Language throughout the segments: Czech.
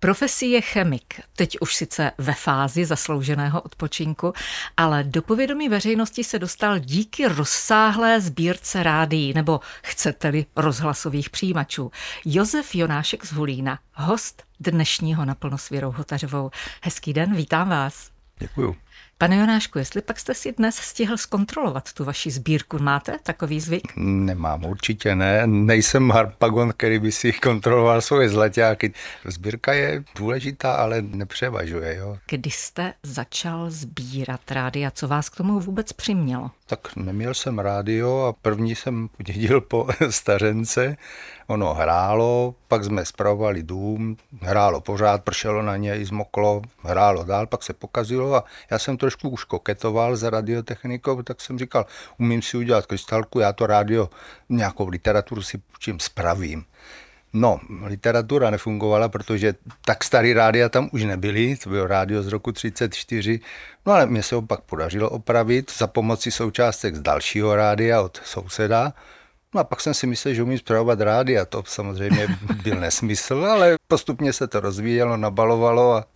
Profesí je chemik, teď už sice ve fázi zaslouženého odpočinku, ale do povědomí veřejnosti se dostal díky rozsáhlé sbírce rádií, nebo chcete-li rozhlasových přijímačů. Josef Jonášek z Hulína, host dnešního Naplno s Věrou Hotařovou. Hezký den, vítám vás. Děkuju. Pane Jonášku, jestli pak jste si dnes stihl zkontrolovat tu vaši sbírku, máte takový zvyk? Nemám, určitě ne. Nejsem harpagon, který by si kontroloval svoje zlaťáky. Sbírka je důležitá, ale nepřevažuje. Jo. Kdy jste začal sbírat rádia? Co vás k tomu vůbec přimělo? Tak neměl jsem rádio a první jsem podědil po stařence. Ono hrálo, pak jsme spravovali dům, hrálo pořád, pršelo na něj, zmoklo, hrálo dál, pak se pokazilo a já jsem trošku už koketoval za radiotechnikou, tak jsem říkal, umím si udělat krystalku, já to rádio, nějakou literaturu si čím spravím. No, literatura nefungovala, protože tak starý rádia tam už nebyly, to bylo rádio z roku 1934, no ale mě se ho pak podařilo opravit za pomoci součástek z dalšího rádia od souseda. No a pak jsem si myslel, že umím spravovat rádia, to samozřejmě byl nesmysl, ale postupně se to rozvíjelo, nabalovalo a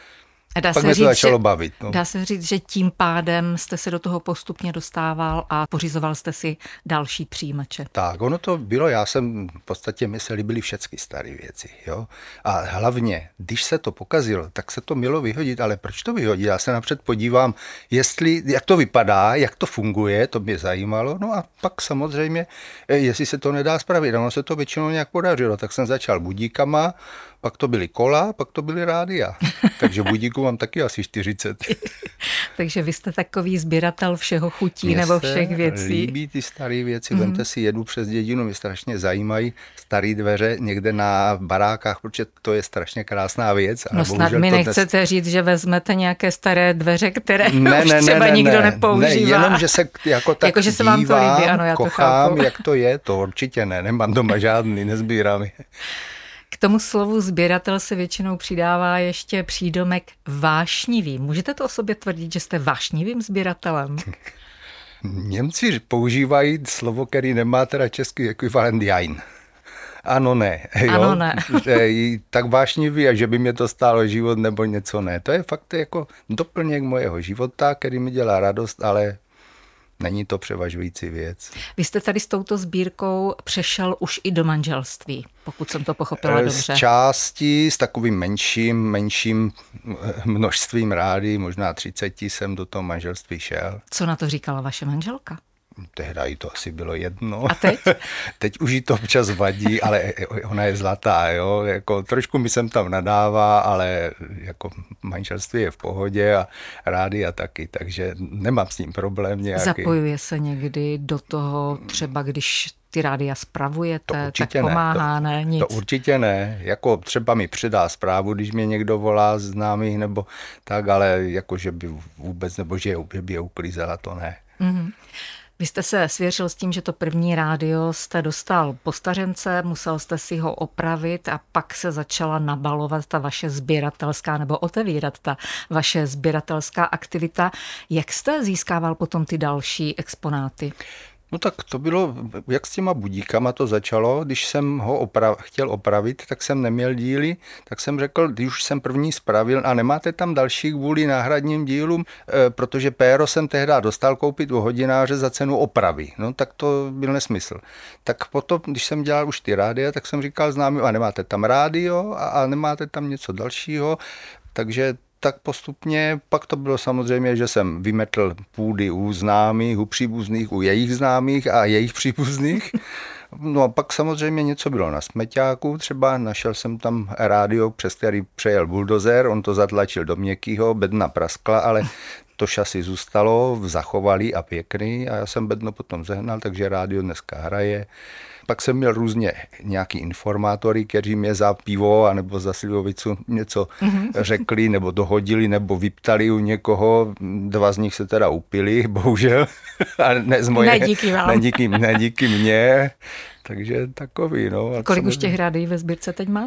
pak mě to začalo bavit. No. Dá se říct, že tím pádem jste se do toho postupně dostával a pořizoval jste si další přijímače. Tak, ono to bylo, já jsem v podstatě, mi se líbily všechny staré věci. Jo? A hlavně, když se to pokazilo, tak se to mělo vyhodit, ale proč to vyhodit? Já se napřed podívám, jak to vypadá, jak to funguje, to mě zajímalo, no a pak samozřejmě, jestli se to nedá spravit, ono se to většinou nějak podařilo, tak jsem začal budíkama, pak to byly kola, pak to byly rádia. Takže budíku mám taky asi 40. Takže vy jste takový sběratel všeho chutí nebo všech věcí. Mně se líbí ty staré věci. Vemte si, jedu přes dědinu, mě strašně zajímají staré dveře někde na barákách, protože to je strašně krásná věc. No snad mi nechcete říct, že vezmete nějaké staré dveře, které už třeba nikdo nepoužívá. Ne, jenom, že se jako tak jako, že se vám to líbí, ano, já to kochám, chápu. jak to je, to určitě ne, nemám doma žádný, nezbírám je. K tomu slovu sběratel se většinou přidává ještě přídomek vášnivý. Můžete to o sobě tvrdit, že jste vášnivým sběratelem? Němci používají slovo, který nemá teda český ekvivalent jajn. Ano, ne. Jo? Ano, ne. Tak vášnivý a že by mě to stálo život nebo něco ne. To je fakt jako doplněk mojeho života, který mi dělá radost, ale není to převažující věc. Vy jste tady s touto sbírkou přešel už i do manželství, pokud jsem to pochopila dobře. Z části, s takovým menším množstvím rádií, možná 30 jsem do toho manželství šel. Co na to říkala vaše manželka? Tehdy jí to asi bylo jedno. A teď? Teď už jí to občas vadí, ale ona je zlatá, jo. Jako, trošku mi sem tam nadává, ale jako manželství je v pohodě a rádia taky, takže nemám s ním problém nějaký. Zapojuje se někdy do toho, třeba když ty rádia spravujete, tak pomáhá, ne? Nic. To určitě ne. Jako třeba mi předá zprávu, když mě někdo volá známý nebo tak, ale jako, že by vůbec, nebo že by je uklízela, to ne. Mm-hmm. Vy jste se svěřil s tím, že to první rádio jste dostal po stařence, musel jste si ho opravit a pak se začala nabalovat ta vaše sběratelská nebo otevírat ta vaše sběratelská aktivita. Jak jste získával potom ty další exponáty? No tak to bylo, jak s těma budíkama to začalo, když jsem ho chtěl opravit, tak jsem neměl díly, tak jsem řekl, když už jsem první spravil a nemáte tam další kvůli náhradním dílům, protože péro jsem tehdy dostal koupit u hodináře za cenu opravy, no tak to byl nesmysl. Tak potom, když jsem dělal už ty rádia, tak jsem říkal známým, a nemáte tam rádio a nemáte tam něco dalšího, takže tak postupně, pak to bylo samozřejmě, že jsem vymetl půdy u známých, u příbuzných, u jejich známých a jejich příbuzných. No a pak samozřejmě něco bylo na smeťáku, třeba našel jsem tam rádio, přes který přejel buldozer, on to zatlačil do měkkýho, bedna praskla, ale to šasi zůstalo, zachovali a pěkný a já jsem bedno potom zehnal, takže rádio dneska hraje. Pak jsem měl různě nějaký informátory, kteří mě za pivo anebo za slivovicu něco řekli nebo dohodili nebo vyptali u někoho. 2 z nich se teda upili, bohužel. A ne z moje, díky vám. Ne díky mně. Takže takový, no. Kolik už těch rádií ve sbírce teď máte?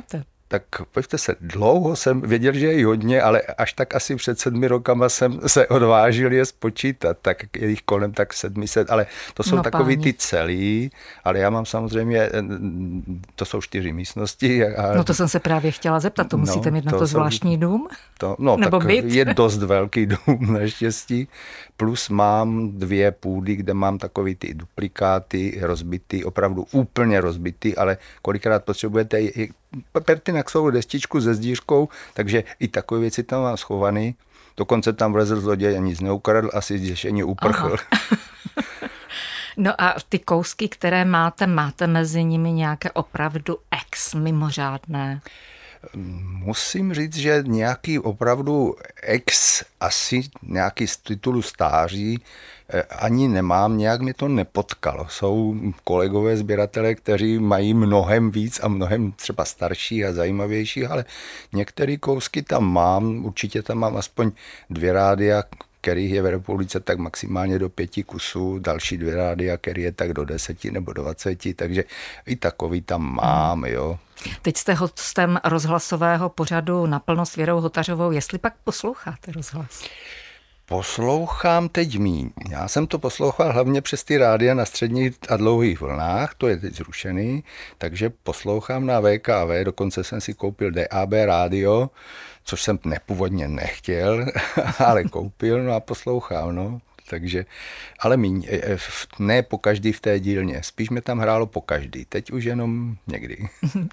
Tak pojďte se, dlouho jsem věděl, že je hodně, ale až tak asi před 7 rokama jsem se odvážil je spočítat, tak je jich kolem tak 700, ale to jsou takový ty celý, ale já mám samozřejmě, to jsou 4 místnosti. No to jsem se právě chtěla zeptat, to musíte mít na to zvláštní dům? Nebo tak byt? Je dost velký dům naštěstí, plus mám 2 půdy, kde mám takový ty duplikáty rozbitý, opravdu úplně rozbitý, ale kolikrát potřebujete pertinaxovou destičku se zdířkou, takže i takové věci tam mám schovaný. Dokonce tam vlezl zloděj a nic neukradl, asi zděšeně uprchl. No a ty kousky, které máte mezi nimi nějaké opravdu mimořádné? Musím říct, že nějaký opravdu asi nějaký z titulu stáří ani nemám, nějak mi to nepotkalo. Jsou kolegové sběratelé, kteří mají mnohem víc a mnohem třeba starších a zajímavějších, ale některé kousky tam mám, určitě tam mám aspoň 2 rádia, kterých je v republice tak maximálně do 5 kusů, další 2 rádia, který je tak do 10 nebo do 20, takže i takový tam mám, jo. Teď jste hostem rozhlasového pořadu Naplno s Věrou Hotařovou, jestli pak posloucháte rozhlas? Poslouchám teď míň. Já jsem to poslouchal hlavně přes ty rádia na středních a dlouhých vlnách, to je teď zrušený, takže poslouchám na VKV, dokonce jsem si koupil DAB rádio, což jsem nepůvodně nechtěl, ale koupil, no a poslouchám, no. Takže, ale míň, ne po každý v té dílně, spíš mě tam hrálo po každý, teď už jenom někdy.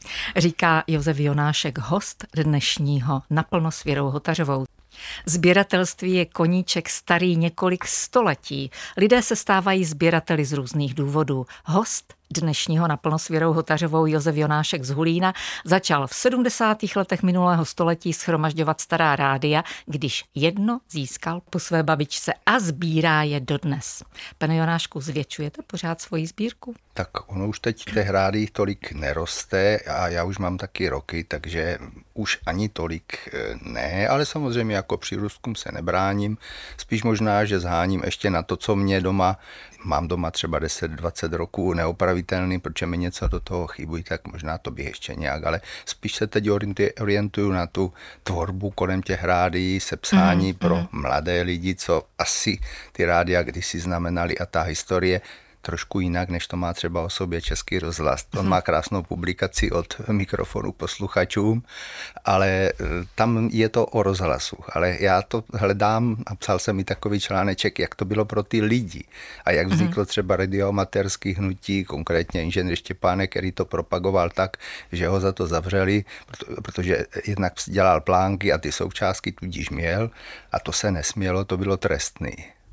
Říká Josef Jonášek, host dnešního Naplno s Věrou Hotařovou. Sběratelství je koníček starý několik století. Lidé se stávají sběrateli z různých důvodů. Host dnešního Naplno s Věrou Hotařovou Josef Jonášek z Hulína začal v 70. letech minulého století shromažďovat stará rádia, když jedno získal po své babičce a sbírá je dodnes. Pane Jonášku, zvětšujete pořád svoji sbírku? Tak ono už teď těch rádií tolik neroste a já už mám taky roky, takže už ani tolik ne, ale samozřejmě jako přírůstkům se nebráním. Spíš možná, že zháním ještě na to, co mě doma, mám doma třeba 10-20 roků neopravitelný, protože mi něco do toho chybí, tak možná to bych ještě nějak, ale spíš se teď orientuju na tu tvorbu kolem těch rádií, sepsání pro mladé lidi, co asi ty rádia kdysi znamenaly a ta historie trošku jinak, než to má třeba o sobě Český rozhlas. On má krásnou publikaci od mikrofonu posluchačům, ale tam je to o rozhlasu. Ale já to hledám a psal jsem i takový článeček, jak to bylo pro ty lidi a jak vzniklo třeba radioamatérský hnutí, konkrétně inženýr Štěpánek, který to propagoval tak, že ho za to zavřeli, protože jednak dělal plánky a ty součástky tudíž měl a to se nesmělo, to bylo trestný.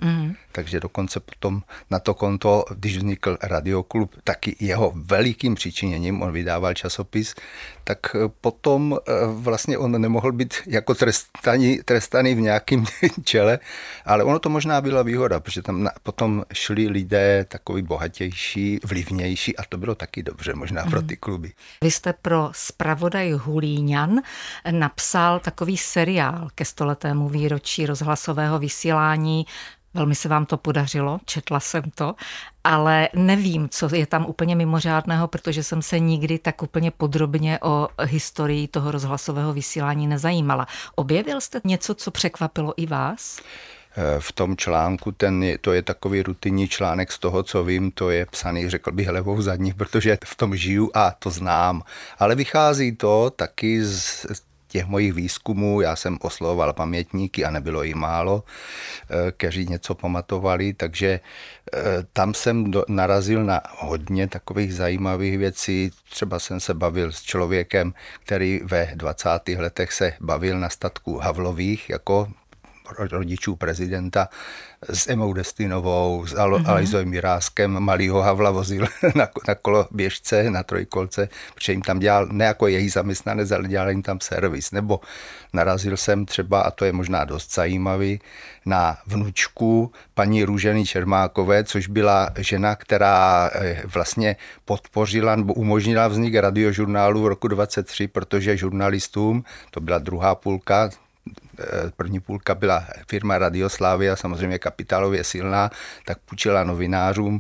Takže dokonce potom na to konto, když vznikl Radioklub, taky jeho velikým přičiněním, on vydával časopis, tak potom vlastně on nemohl být jako trestaný v nějakém čele, ale ono to možná byla výhoda, protože tam potom šli lidé takový bohatější, vlivnější a to bylo taky dobře možná pro ty kluby. Vy jste pro zpravodaj Hulíňan napsal takový seriál ke 100letému výročí rozhlasového vysílání. Velmi se vám to podařilo, četla jsem to, ale nevím, co je tam úplně mimořádného, protože jsem se nikdy tak úplně podrobně o historii toho rozhlasového vysílání nezajímala. Objevil jste něco, co překvapilo i vás? V tom článku, to je takový rutinní článek z toho, co vím, to je psaný, řekl bych, levou zadní, protože v tom žiju a to znám. Ale vychází to taky z těch mojich výzkumů, já jsem oslovoval pamětníky a nebylo jich málo, kteří něco pamatovali, takže tam jsem narazil na hodně takových zajímavých věcí. Třeba jsem se bavil s člověkem, který ve 20. letech se bavil na statku Havlových, jako rodičů prezidenta, s Emou Destinovou, s Alojzou Miráskem, malýho Havla vozil na koloběžce, na trojkolce, protože jim tam dělal, ne jako její zaměstnanec, ale dělal jim tam servis. Nebo narazil jsem třeba, a to je možná dost zajímavý, na vnučku paní Růženy Čermákové, což byla žena, která vlastně podpořila nebo umožnila vznik radiožurnálu v roku 23, protože žurnalistům, to byla druhá půlka, první půlka byla firma Radioslávia, samozřejmě kapitálově silná, tak půjčila novinářům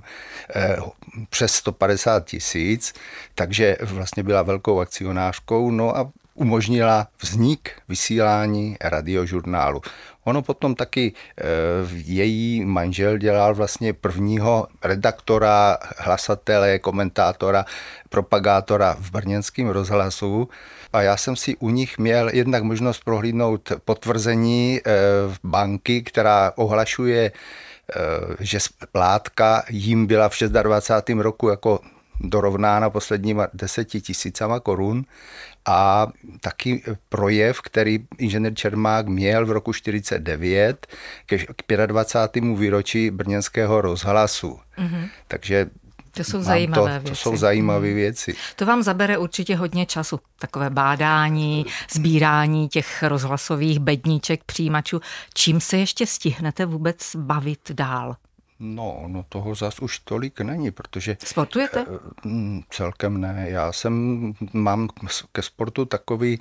přes 150 000, takže vlastně byla velkou akcionářkou. No a umožnila vznik vysílání radiožurnálu. Ono potom taky její manžel dělal vlastně prvního redaktora, hlasatele, komentátora, propagátora v brněnském rozhlasu a já jsem si u nich měl jednak možnost prohlídnout potvrzení banky, která ohlašuje, že splátka jim byla v 26. roku jako dorovnána posledníma 10 000 korun a taky projev, který inženýr Čermák měl v roku 1949 k 25. výročí brněnského rozhlasu. Mm-hmm. Takže to jsou zajímavé věci. To jsou zajímavé věci. To vám zabere určitě hodně času. Takové bádání, sbírání těch rozhlasových bedníček, přijímačů. Čím se ještě stihnete vůbec bavit dál? No toho zas už tolik není, protože... Sportujete? Celkem ne. Já mám ke sportu takový,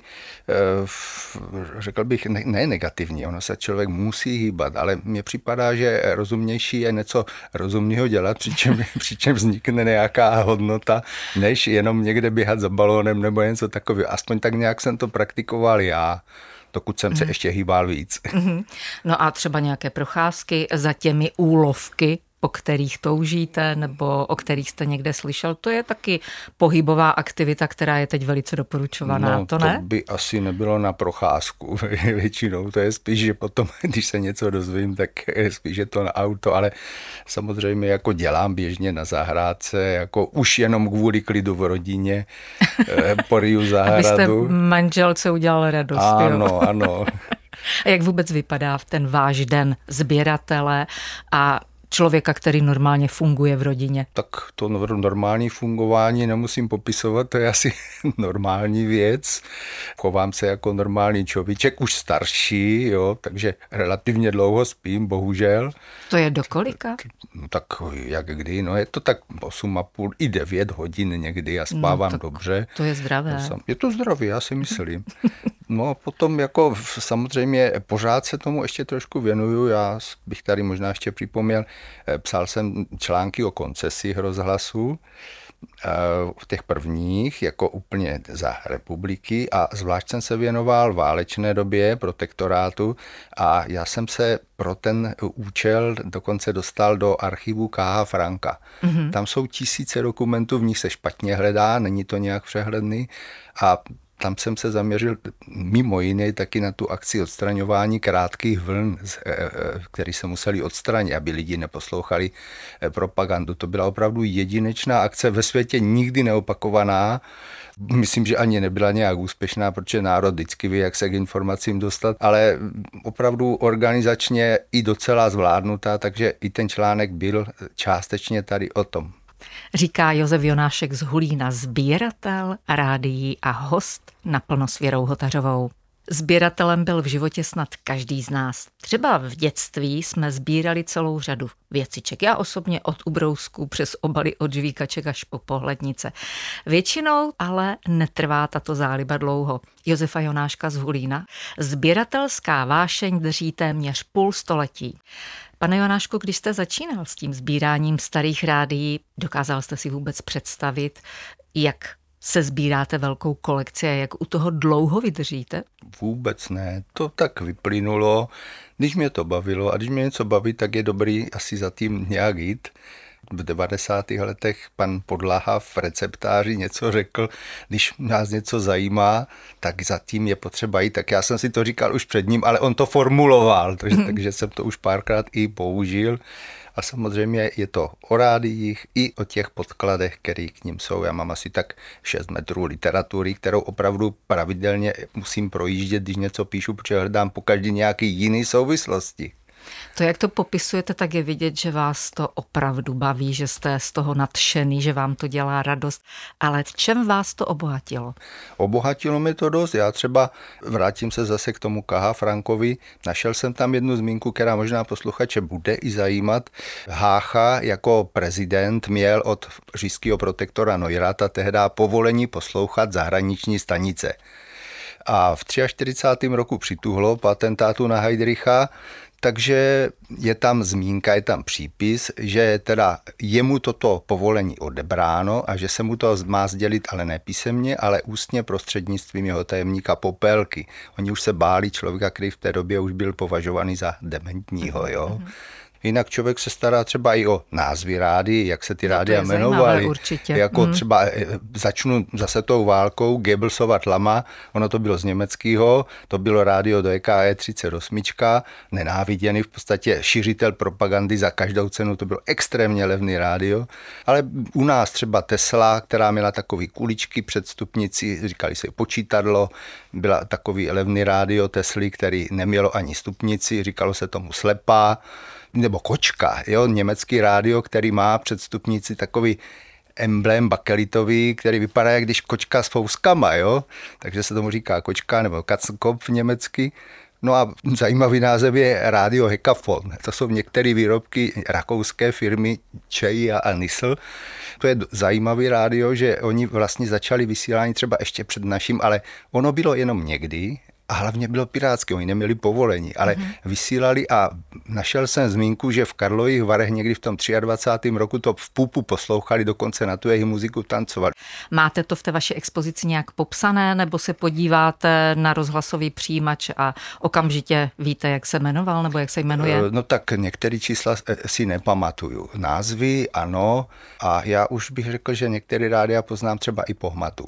řekl bych, ne negativní. Ono se člověk musí hýbat, ale mně připadá, že rozumnější je něco rozumného dělat, přičem vznikne nějaká hodnota, než jenom někde běhat za balónem nebo něco takového. Aspoň tak nějak jsem to praktikoval já, dokud jsem se ještě hýbal víc. No a třeba nějaké procházky za těmi úlovky, po kterých toužíte nebo o kterých jste někde slyšel, to je taky pohybová aktivita, která je teď velice doporučovaná, no, to ne? To by asi nebylo na procházku většinou, to je spíš, že potom, když se něco dozvím, tak spíš je to na auto, ale samozřejmě jako dělám běžně na zahrádce, jako už jenom kvůli klidu v rodině, poriju zahradu. Abyste manželce udělal radost. Ano. A jak vůbec vypadá ten váš den sběratele a člověka, který normálně funguje v rodině? Tak to normální fungování nemusím popisovat, to je asi normální věc. Chovám se jako normální človíček, už starší, jo, takže relativně dlouho spím, bohužel. To je do kolika? No, tak jak kdy, no je to tak 8,5 i 9 hodin někdy a spávám dobře. To je zdravé. Je to zdravé, já si myslím. No a potom jako samozřejmě pořád se tomu ještě trošku věnuju, já bych tady možná ještě připomněl, psal jsem články o koncesích rozhlasu, v těch prvních, jako úplně za republiky a zvlášť jsem se věnoval válečné době, protektorátu a já jsem se pro ten účel dokonce dostal do archivu K.H. Franka. Mm-hmm. Tam jsou tisíce dokumentů, v nich se špatně hledá, není to nějak přehledný a tam jsem se zaměřil mimo jiné taky na tu akci odstraňování krátkých vln, které se museli odstranit, aby lidi neposlouchali propagandu. To byla opravdu jedinečná akce, ve světě nikdy neopakovaná. Myslím, že ani nebyla nějak úspěšná, protože národ vždycky ví, jak se k informacím dostat, ale opravdu organizačně i docela zvládnutá, takže i ten článek byl částečně tady o tom. Říká Josef Jonášek z Hulína, sběratel rádií a host naplno s Věrou Hotařovou. Sběratelem byl v životě snad každý z nás. Třeba v dětství jsme sbírali celou řadu věciček. Já osobně od ubrousků přes obaly od žvíkaček až po pohlednice. Většinou ale netrvá tato záliba dlouho. Josefa Jonáška z Hulína. Sběratelská vášeň drží téměř půl století. Pane Jonášku, když jste začínal s tím sbíráním starých rádií, dokázal jste si vůbec představit, jak se sbíráte velkou kolekci a jak u toho dlouho vydržíte? Vůbec ne, to tak vyplynulo, když mě to bavilo a když mě něco baví, tak je dobrý asi za tím nějak jít. V 90. letech pan Podlaha v receptáři něco řekl, když nás něco zajímá, tak zatím je potřeba jít. Tak já jsem si to říkal už před ním, ale on to formuloval, takže jsem to už párkrát i použil. A samozřejmě je to o rádiích i o těch podkladech, které k ním jsou. Já mám asi tak 6 metrů literatury, kterou opravdu pravidelně musím projíždět, když něco píšu, protože hledám pokaždý nějaký jiný souvislosti. To, jak to popisujete, tak je vidět, že vás to opravdu baví, že jste z toho nadšený, že vám to dělá radost. Ale v čem vás to obohatilo? Obohatilo mi to dost. Já třeba vrátím se zase k tomu K.H. Frankovi. Našel jsem tam jednu zmínku, která možná posluchače bude i zajímat. Hácha jako prezident měl od říšského protektora Neurata tehdy povolení poslouchat zahraniční stanice. A v 43. roku přituhlo po atentátu na Heydricha, takže je tam zmínka, je tam přípis, že teda jemu toto povolení odebráno a že se mu to má sdělit, ale ne písemně, ale ústně prostřednictvím jeho tajemníka Popelky. Oni už se báli člověka, který v té době už byl považovaný za dementního, jo. Jinak člověk se stará třeba i o názvy rádií, jak se ty rádia jmenovaly. Jako třeba začnu zase tou válkou Goebbelsova tlama, ono to bylo z německého, to bylo rádio do EKE 38, nenáviděný, v podstatě šiřitel propagandy za každou cenu, to bylo extrémně levný rádio, ale u nás třeba Tesla, která měla takový kuličky před stupnici, říkali se počítadlo, byla takový levný rádio Tesly, který nemělo ani stupnici, říkalo se tomu slepá, nebo kočka, jo, německý rádio, který má před stupnici takový emblém bakelitový, který vypadá, jak když kočka s fouskama, jo, takže se tomu říká kočka nebo Katzenkopf německy. No a zajímavý název je rádio Hekafon. To jsou některé výrobky rakouské firmy Čej a Nissl. To je zajímavý rádio, že oni vlastně začali vysílání třeba ještě před naším, ale ono bylo jenom někdy, a hlavně bylo pirátské, oni neměli povolení, ale vysílali a našel jsem zmínku, že v Karlových Varech někdy v tom 23. roku to v pupu poslouchali, dokonce na tu jejich muziku tancovali. Máte to v té vaší expozici nějak popsané, nebo se podíváte na rozhlasový přijímač a okamžitě víte, jak se jmenoval, nebo jak se jmenuje? No tak některé čísla si nepamatuju. Názvy, ano, a já už bych řekl, že některé rádia poznám třeba i po hmatu.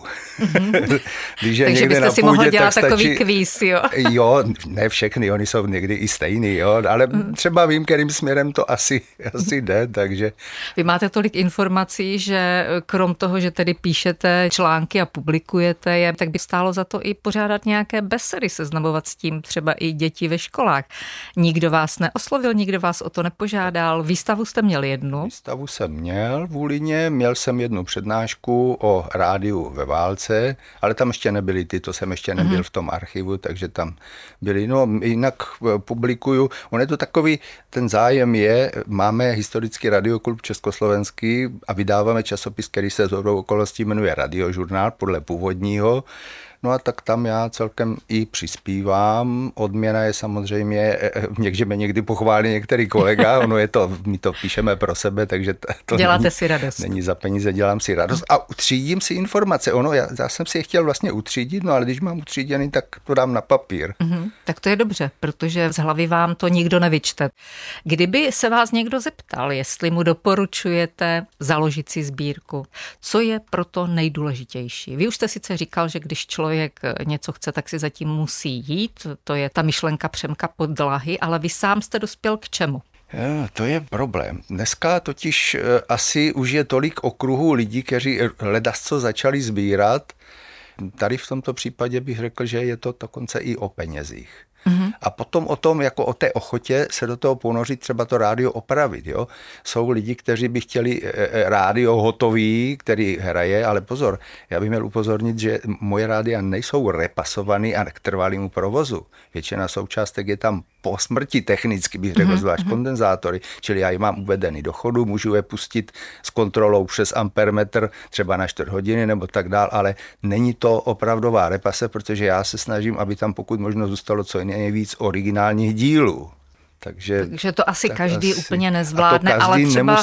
Takže byste si mohl dělat takový kvíz. Jo. Jo, ne všechny, oni jsou někdy i stejný, jo, ale třeba vím, kterým směrem to asi jde, takže... Vy máte tolik informací, že krom toho, že tedy píšete články a publikujete je, tak by stálo za to i pořádat nějaké besedy, seznamovat s tím třeba i děti ve školách. Nikdo vás neoslovil, nikdo vás o to nepožádal. Výstavu jste měl jednu? Výstavu jsem měl v Úlině, měl jsem jednu přednášku o rádiu ve válce, ale tam ještě nebyly ty, to jsem ještě nebyl v tom archivu, takže tam byli. No, jinak publikuju. On je to takový, ten zájem je, máme historický radioklub československý a vydáváme časopis, který se shodou okolností jmenuje Radiožurnál podle původního. No a tak tam já celkem i přispívám. Odměna je samozřejmě, někdy pochválí některý kolega, ono je to, my to píšeme pro sebe, takže to děláte si radost. Není za peníze, dělám si radost a utřídím si informace. Ono, já jsem si je chtěl vlastně utřídit, no ale když mám utříděný, tak to dám na papír. Tak to je dobře, protože z hlavy vám to nikdo nevyčte. Kdyby se vás někdo zeptal, jestli mu doporučujete založit si sbírku, co je proto nejdůležitější? Vy už jste sice říkal, že když člověk něco chce, tak si zatím musí jít. To je ta myšlenka Přemka Podlahy, ale vy sám jste dospěl k čemu? To je problém. Dneska totiž asi už je tolik okruhů lidí, kteří ledasco začali sbírat. Tady v tomto případě bych řekl, že je to dokonce i o penězích. A potom o tom, jako o té ochotě se do toho ponořit, třeba to rádio opravit. Jo? Jsou lidi, kteří by chtěli rádio hotový, který hraje, ale pozor, já bych měl upozornit, že moje rádia nejsou repasovaný a k trvalému provozu. Většina součástek je tam po smrti technicky, bych řekl, zvlášť kondenzátory, čili já je mám uvedený do chodu, můžu je pustit s kontrolou přes ampermetr třeba na 4 hodiny nebo tak dál, ale není to opravdová repase, protože já se snažím, aby tam pokud možno zůstalo co nejvíc originálních dílů. Takže to asi každý úplně nezvládne, ale třeba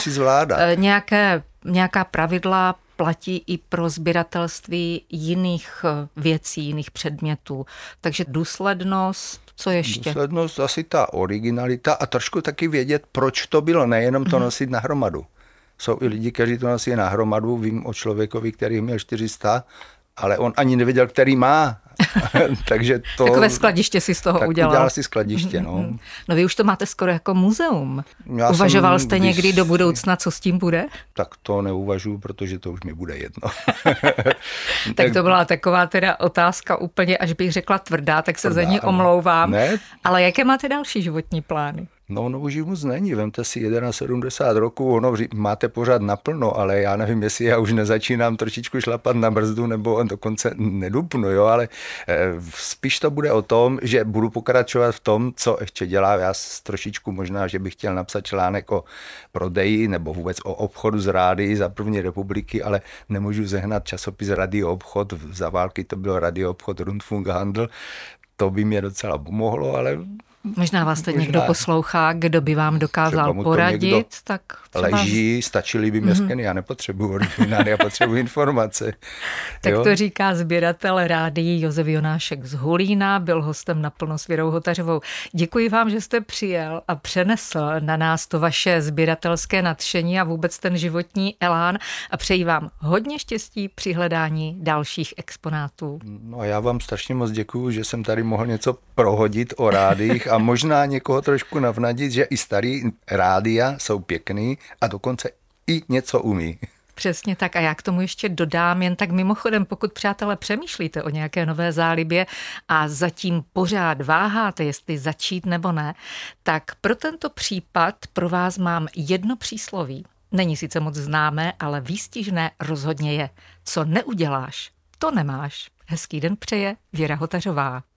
nějaká pravidla platí i pro sběratelství jiných věcí, jiných předmětů. Takže důslednost, co ještě? Důslednost, asi ta originalita a trošku taky vědět, proč to bylo, nejenom to nosit na hromadu. Jsou i lidi, kteří to nosí na hromadu, vím o člověkovi, který měl 400, ale on ani nevěděl, který má. Takže to... Takové skladiště si z toho udělal. Udělal si skladiště, no. No vy už to máte skoro jako muzeum. Uvažoval jste někdy do budoucna, co s tím bude? Tak to neuvažuji, protože to už mi bude jedno. Tak to byla taková teda otázka úplně, až bych řekla tvrdá, tak se za ní omlouvám. Ne? Ale jaké máte další životní plány? No, už moc není, vemte si 71 roků, máte pořád naplno, ale já nevím, jestli já už nezačínám trošičku šlapat na brzdu, nebo dokonce nedupnu, jo, ale spíš to bude o tom, že budu pokračovat v tom, co ještě dělám. Já trošičku možná, že bych chtěl napsat článek o prodeji nebo vůbec o obchodu s rádií za první republiky, ale nemůžu zehnat časopis Radio Obchod, za války to bylo Radio Obchod Rundfunk Handel, to by mě docela pomohlo, ale Možná vás teď někdo poslouchá, kdo by vám dokázal poradit, tak třeba... Leží, stačily by mě skeny, já nepotřebuji originál, já potřebuji informace. Tak to říká sběratel rádií Josef Jonášek z Hulína, byl hostem Naplno s Věrou Hotařovou. Děkuji vám, že jste přijel a přenesl na nás to vaše sběratelské nadšení a vůbec ten životní elán a přeji vám hodně štěstí při hledání dalších exponátů. No a já vám strašně moc děkuju, že jsem tady mohl něco prohodit o rádiích a možná někoho trošku navnadit, že i starý rádia jsou pěkný a dokonce i něco umí. Přesně tak a já k tomu ještě dodám jen tak mimochodem, pokud přátelé přemýšlíte o nějaké nové zálibě a zatím pořád váháte, jestli začít nebo ne, tak pro tento případ pro vás mám jedno přísloví. Není sice moc známé, ale výstižné rozhodně je. Co neuděláš, to nemáš. Hezký den přeje Věra Hotařová.